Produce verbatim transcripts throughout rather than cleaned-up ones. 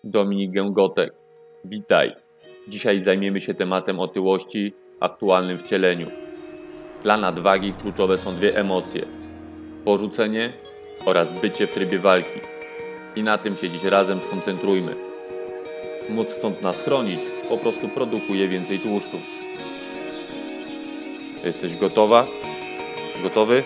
Dominik Gęgotek. Witaj. Dzisiaj zajmiemy się tematem otyłości w aktualnym wcieleniu. Dla nadwagi kluczowe są dwie emocje: porzucenie oraz bycie w trybie walki. I na tym się dziś razem skoncentrujmy. Mózg, chcąc nas chronić, po prostu produkuje więcej tłuszczu. Jesteś gotowa? Gotowy?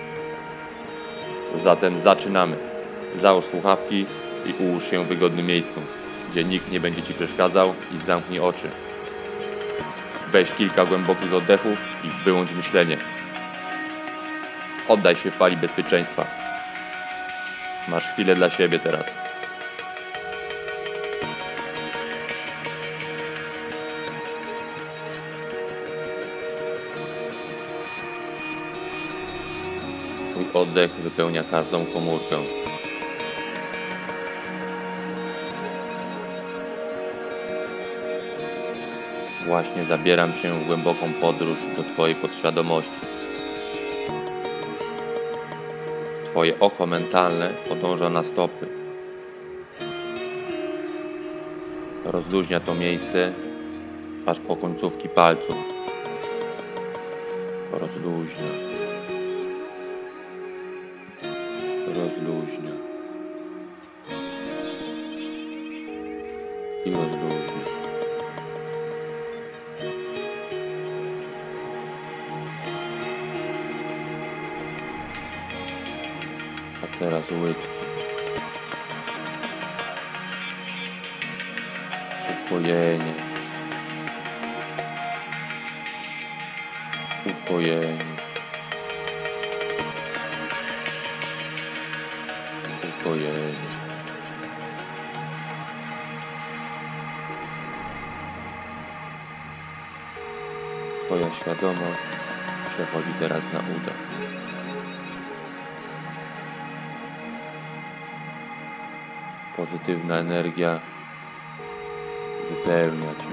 Zatem zaczynamy. Załóż słuchawki i ułóż się w wygodnym miejscu, gdzie nikt nie będzie Ci przeszkadzał, i zamknij oczy. Weź kilka głębokich oddechów i wyłącz myślenie. Oddaj się fali bezpieczeństwa. Masz chwilę dla siebie teraz. Twój oddech wypełnia każdą komórkę. Właśnie zabieram Cię w głęboką podróż do Twojej podświadomości. Twoje oko mentalne podąża na stopy. Rozluźnia to miejsce aż po końcówki palców. Rozluźnia. Rozluźnia. I rozluźnia. A teraz łydki. Ukojenie. Ukojenie. Ukojenie. Twoja świadomość przechodzi teraz na uda. Pozytywna energia wypełnia Cię.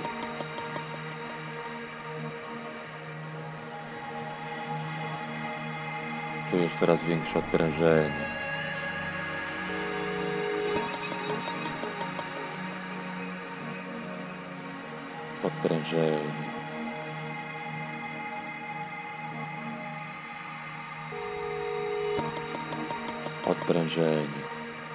Czujesz coraz większe odprężenie. Odprężenie. Odprężenie.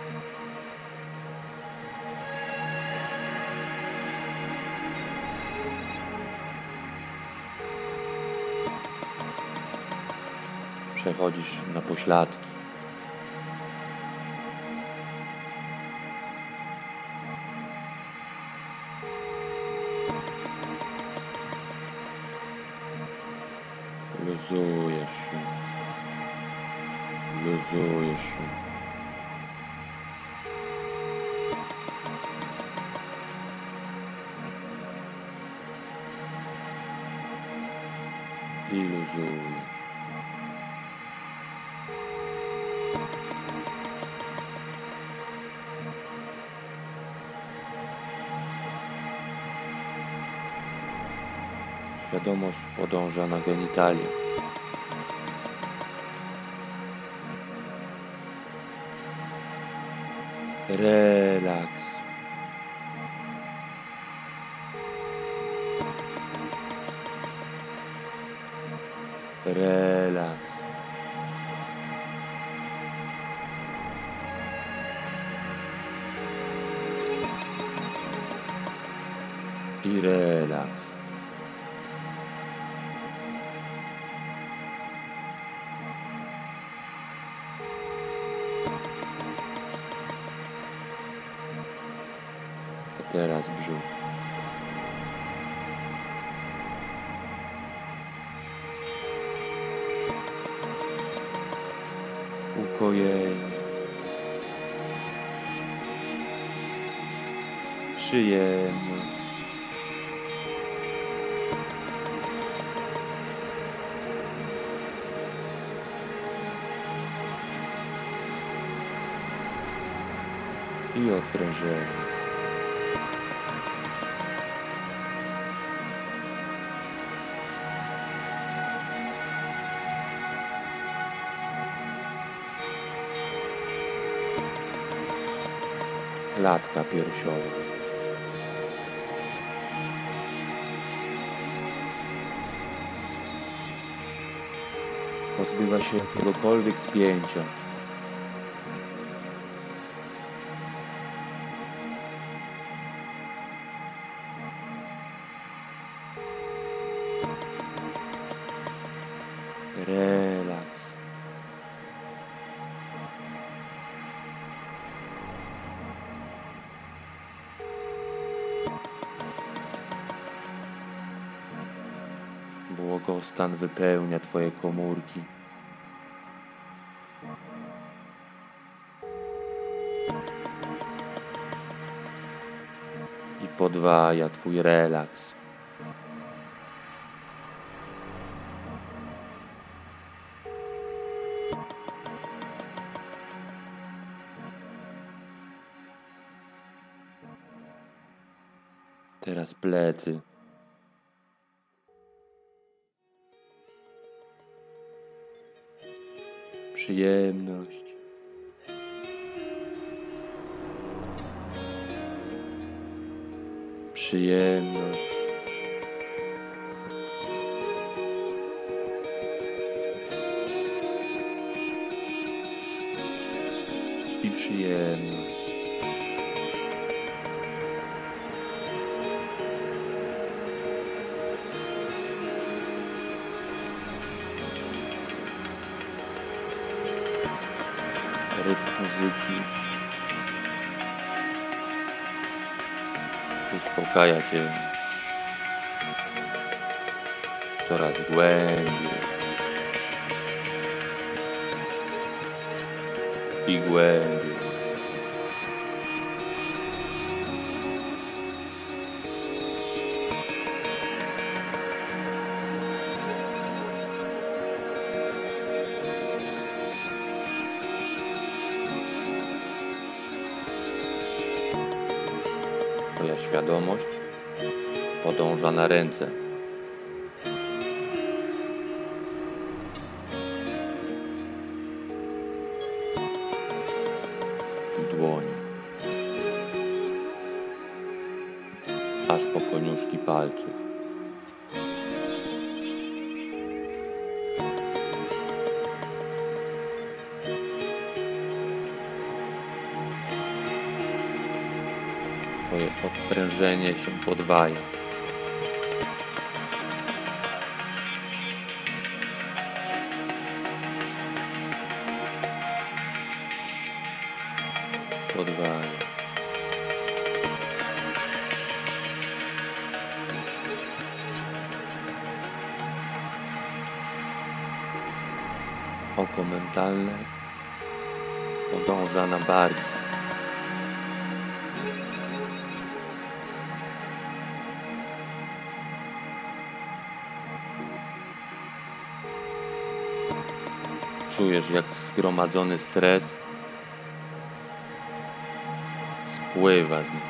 Przechodzisz na pośladki. Luzujesz się. Luzujesz się. I luzujesz. Świadomość podąża na genitalia. Relaks. Relaks. I relaks. A teraz brzuch. Ukojenie. Przyjemność. I odprężenie. klatka piersiowa. Pozbywa się jakiegokolwiek spięcia. Relaks. Błogostan wypełnia twoje komórki. I podwaja twój relaks. Teraz plecy. Przyjemność. Przyjemność. I przyjemność. Rytm muzyki uspokaja cię coraz głębiej i głębiej. Twoja świadomość podąża na ręce. I dłonie. Aż po koniuszki palców. Twoje odprężenie się podwaja. Podwaja. Oko mentalne podąża na barki. Czujesz, jak zgromadzony stres spływa z nim.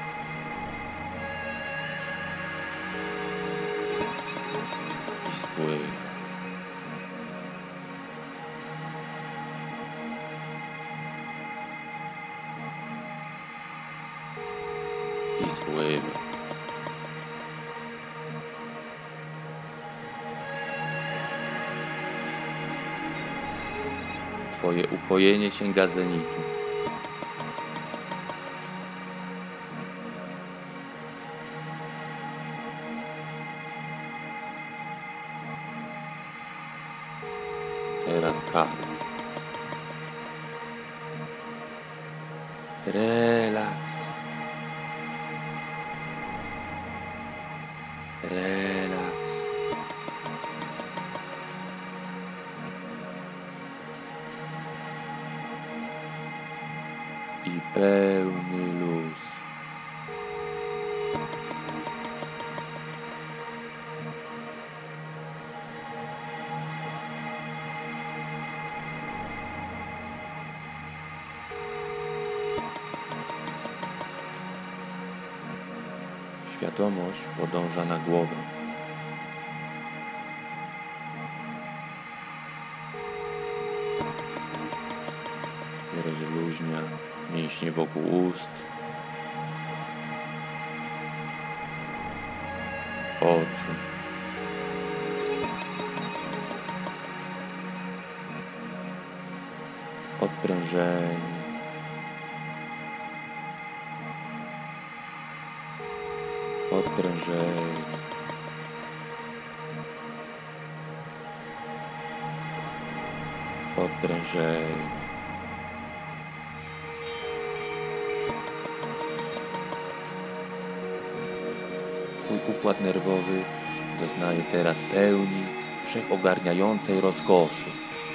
I spływa. I spływa. Twoje upojenie sięga zenitu. Teraz kark. Relaks. Relaks. I pełny luz. Świadomość podąża na głowę. I rozluźnia mięśnie wokół ust. oczu, odprężenie, odprężenie, odprężenie. Twój układ nerwowy doznaje teraz pełni wszechogarniającej rozkoszy.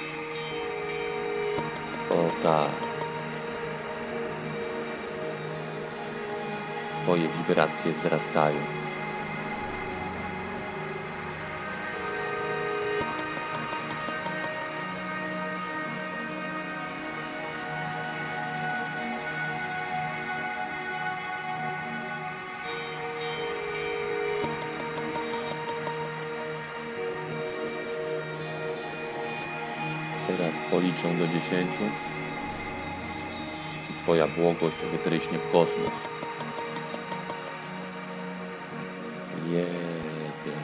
O tak. Twoje wibracje wzrastają. Teraz policzę do dziesięciu i Twoja błogość wytryśnie w kosmos. Jeden.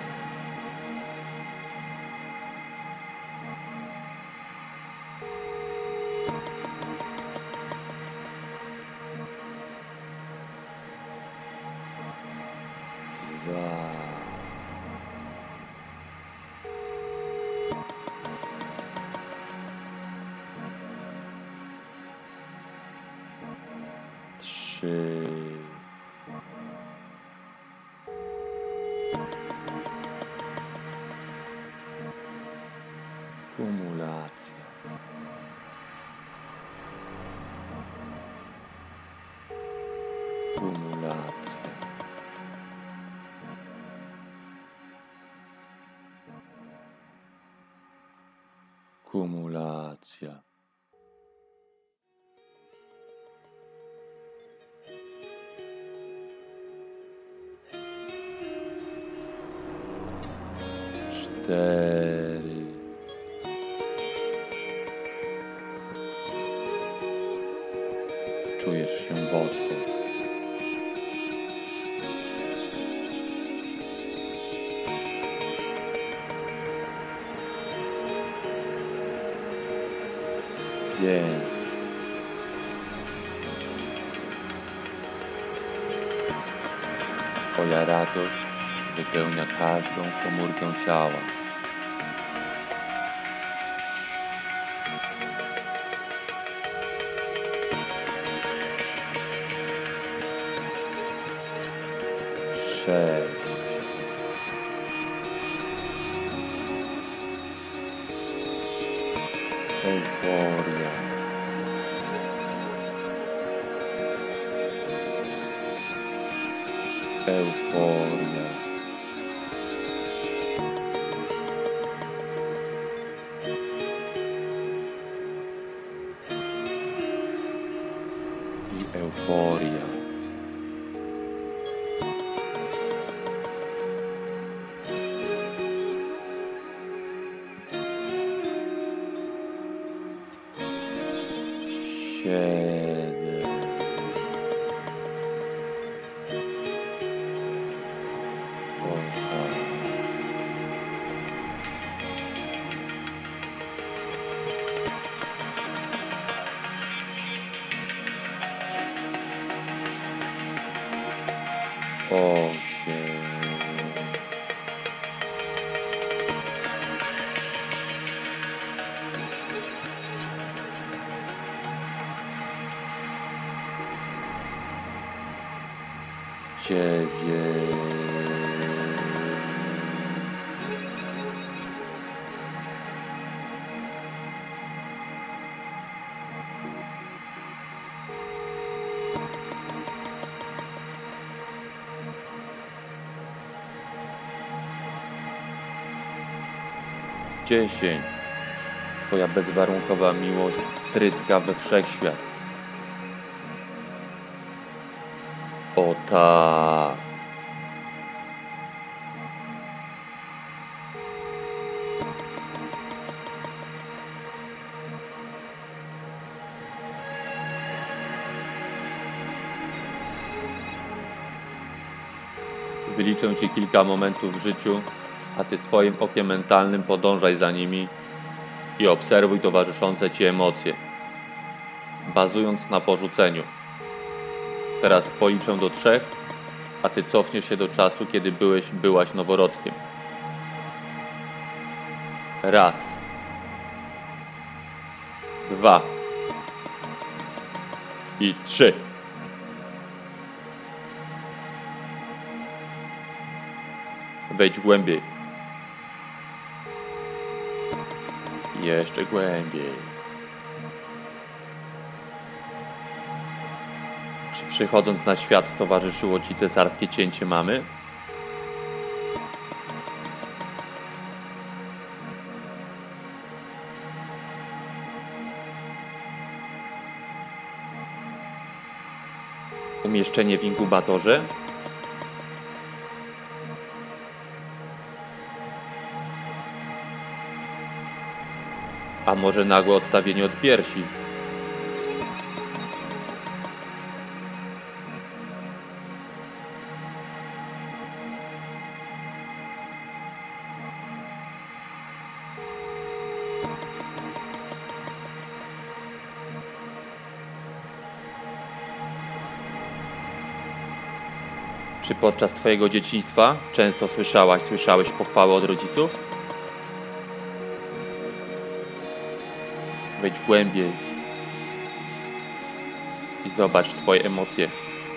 Dwa. Trzy. Kumulacja. Kumulacja. Kumulacja. Cztery. Czujesz się bosko. Pięć. Twoja radość wypełnia każdą komórkę ciała. Sześć. Euforia. Euforia. I euforia. Siedem. O tak. Osiem. Dziewięć. Dziesięć. Twoja bezwarunkowa miłość tryska we wszechświat. O tak. Wyliczę Ci kilka momentów w życiu, a Ty swoim okiem mentalnym podążaj za nimi i obserwuj towarzyszące Ci emocje, bazując na porzuceniu. Teraz policzę do trzech, a Ty cofniesz się do czasu, kiedy byłeś, byłaś noworodkiem. Raz. Dwa. I trzy. Wejdź głębiej. Jeszcze głębiej. Czy przychodząc na świat towarzyszyło Ci cesarskie cięcie mamy? Umieszczenie w inkubatorze? A może nagłe odstawienie od piersi? Czy podczas Twojego dzieciństwa często słyszałaś, słyszałeś pochwały od rodziców? Wejdź głębiej i zobacz Twoje emocje.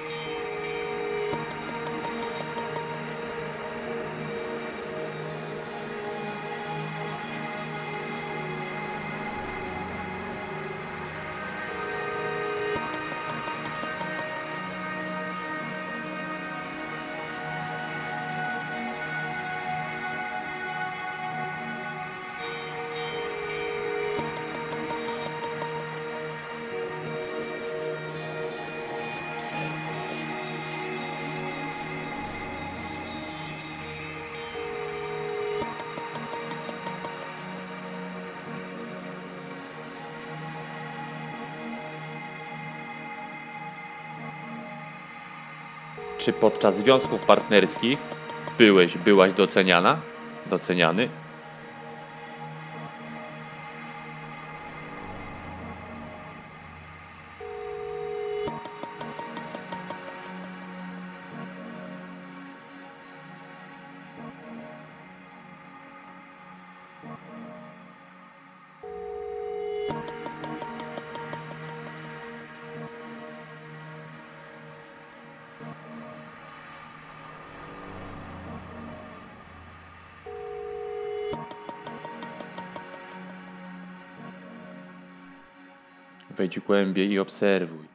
Czy podczas związków partnerskich byłeś, byłaś doceniana? Doceniany? Wejdź głębiej i obserwuj.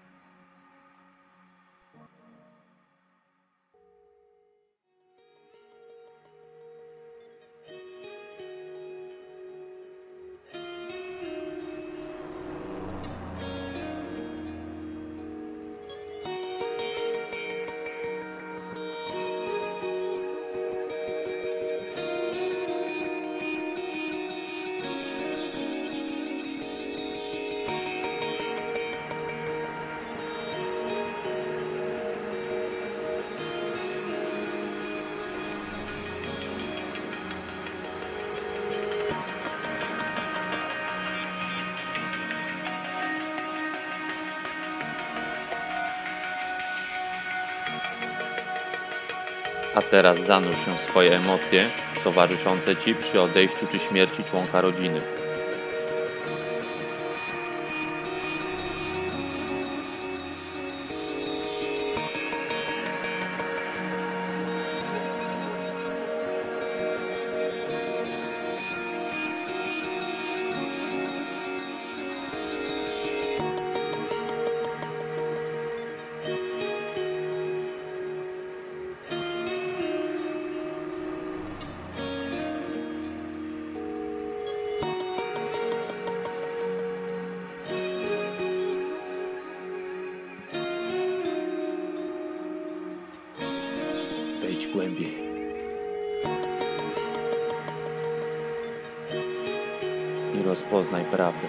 A teraz zanurz się w swoje emocje towarzyszące Ci przy odejściu czy śmierci członka rodziny. Wejdź głębiej. I rozpoznaj prawdę.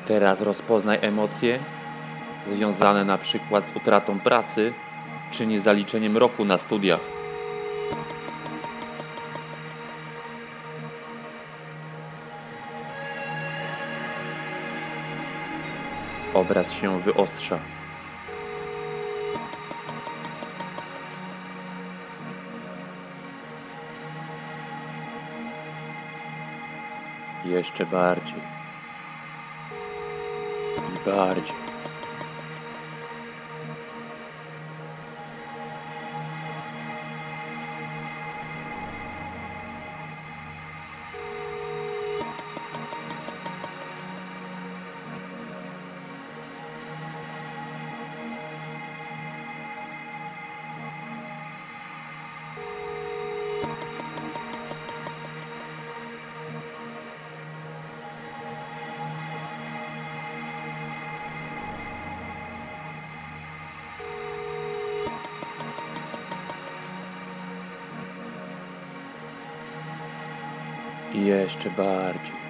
Teraz rozpoznaj emocje związane na przykład z utratą pracy czy niezaliczeniem roku na studiach. Obraz się wyostrza. Jeszcze bardziej. I bardziej. I jeszcze bardziej.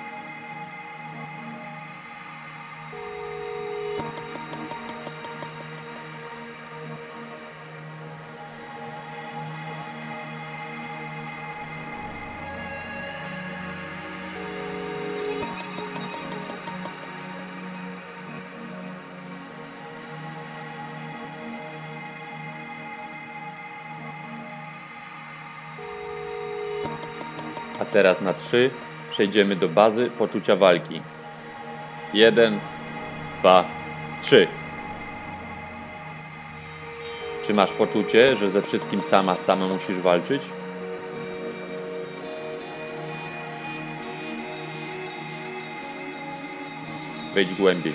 A teraz na trzy przejdziemy do bazy poczucia walki. Jeden, dwa, trzy. Czy masz poczucie, że ze wszystkim sama, sama musisz walczyć? Wejdź głębiej.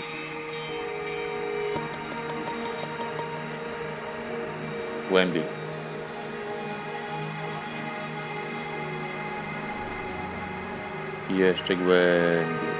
Głębiej. I jeszcze głębiej.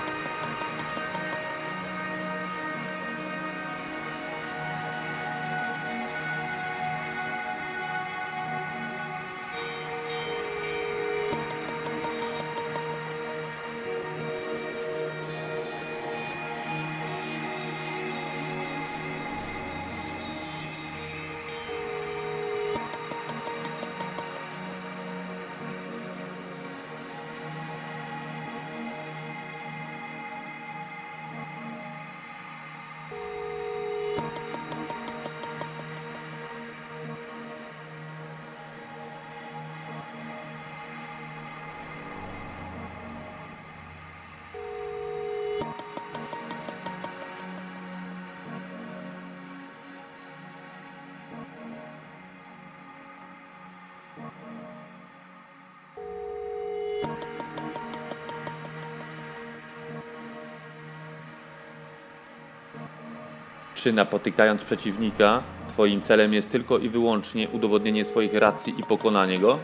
Czy napotykając przeciwnika, twoim celem jest tylko i wyłącznie udowodnienie swoich racji i pokonanie go?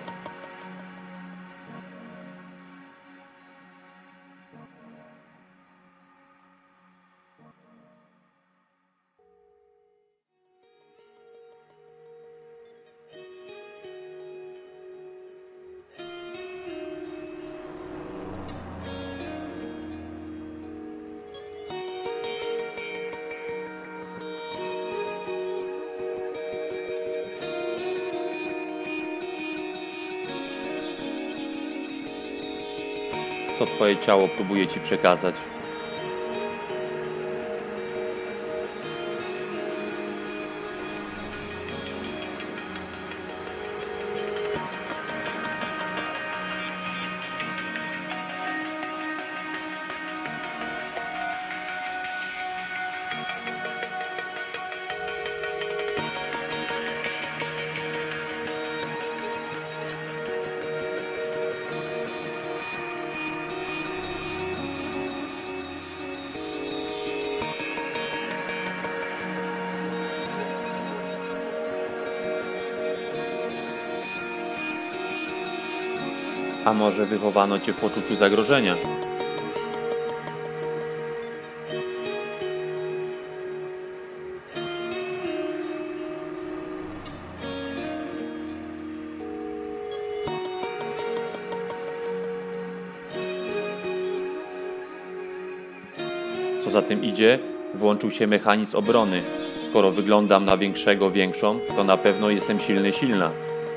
Co twoje ciało próbuje ci przekazać? A może wychowano cię w poczuciu zagrożenia? Co za tym idzie, włączył się mechanizm obrony. Skoro wyglądam na większego, większą, to na pewno jestem silny, silna.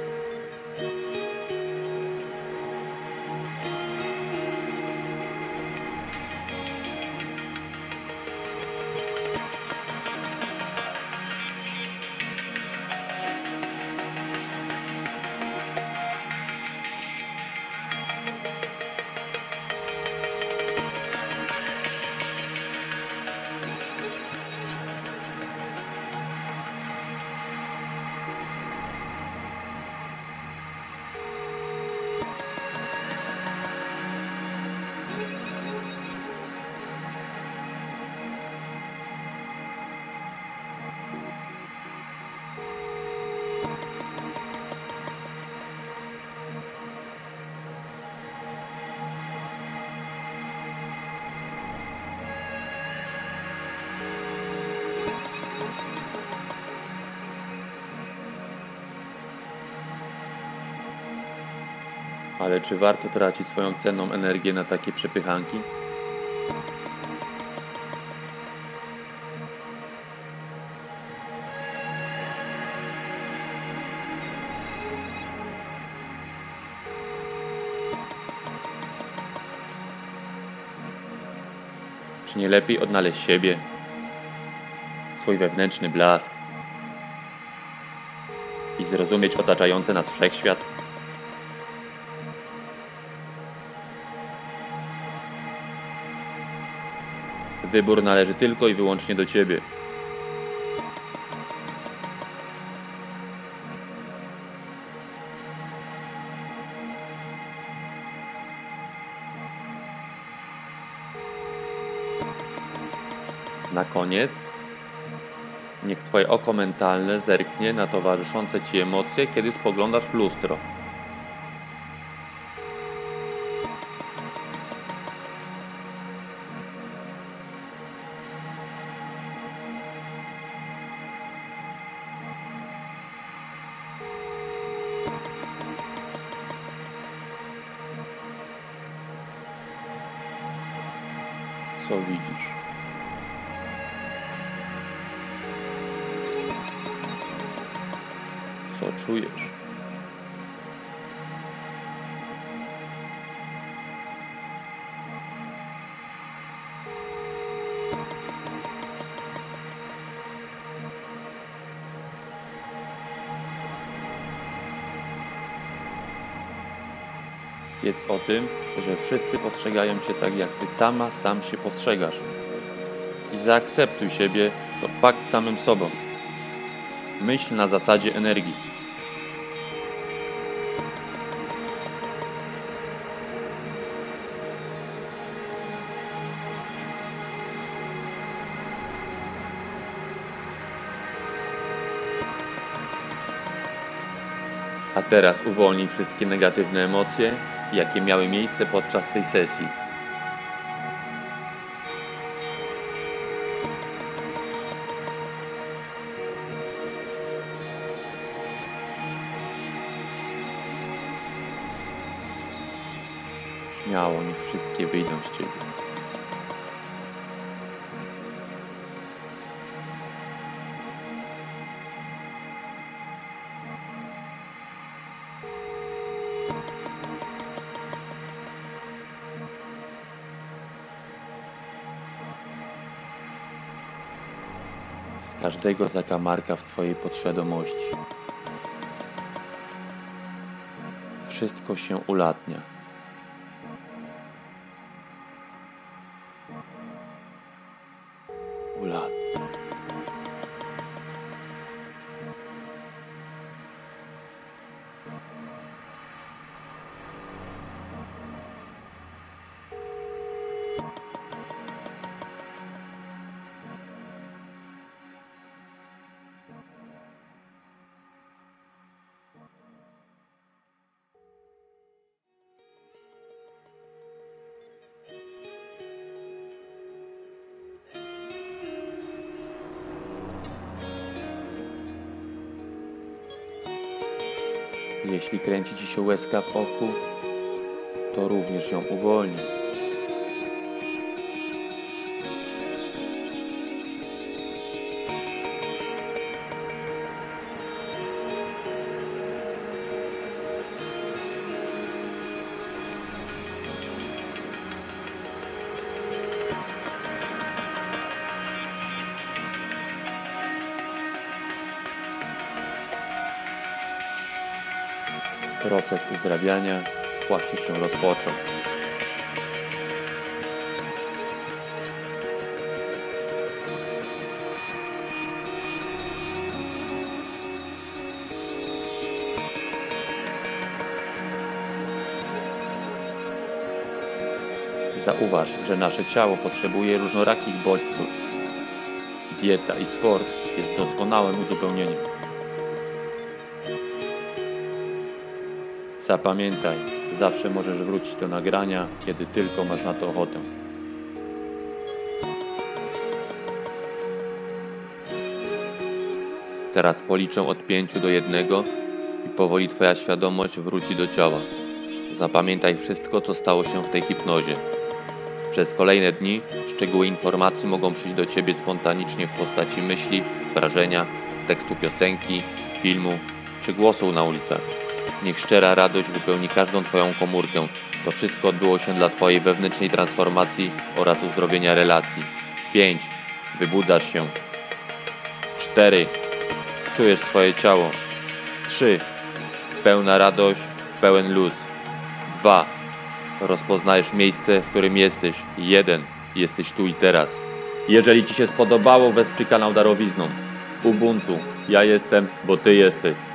Ale czy warto tracić swoją cenną energię na takie przepychanki? Czy nie lepiej odnaleźć siebie, swój wewnętrzny blask i zrozumieć otaczający nas wszechświat? Wybór należy tylko i wyłącznie do Ciebie. Na koniec, niech Twoje oko mentalne zerknie na towarzyszące Ci emocje, kiedy spoglądasz w lustro. Co widzisz? Co czujesz? Wiedz o tym, że wszyscy postrzegają Cię tak, jak Ty sama, sam się postrzegasz. I zaakceptuj siebie, to pakt z samym sobą. Myśl na zasadzie energii. A teraz uwolnij wszystkie negatywne emocje, jakie miały miejsce podczas tej sesji. Śmiało, niech wszystkie wyjdą z Ciebie. Z każdego zakamarka w Twojej podświadomości wszystko się ulatnia. Ulatnia. Jeśli kręci Ci się łezka w oku, to również ją uwolnij. Proces uzdrawiania właśnie się rozpoczął. Zauważ, że nasze ciało potrzebuje różnorakich bodźców. Dieta i sport jest doskonałym uzupełnieniem. Zapamiętaj, zawsze możesz wrócić do nagrania, kiedy tylko masz na to ochotę. Teraz policzę od pięciu do jednego i powoli Twoja świadomość wróci do ciała. Zapamiętaj wszystko, co stało się w tej hipnozie. Przez kolejne dni szczegóły informacji mogą przyjść do Ciebie spontanicznie w postaci myśli, wrażenia, tekstu piosenki, filmu czy głosu na ulicach. Niech szczera radość wypełni każdą Twoją komórkę. To wszystko odbyło się dla Twojej wewnętrznej transformacji oraz uzdrowienia relacji. pięć. Wybudzasz się. cztery. Czujesz swoje ciało. trzy. Pełna radość, pełen luz. dwa. Rozpoznajesz miejsce, w którym jesteś. jeden. Jesteś tu i teraz. Jeżeli Ci się spodobało, wesprzyj kanał darowizną. Ubuntu. Ja jestem, bo Ty jesteś.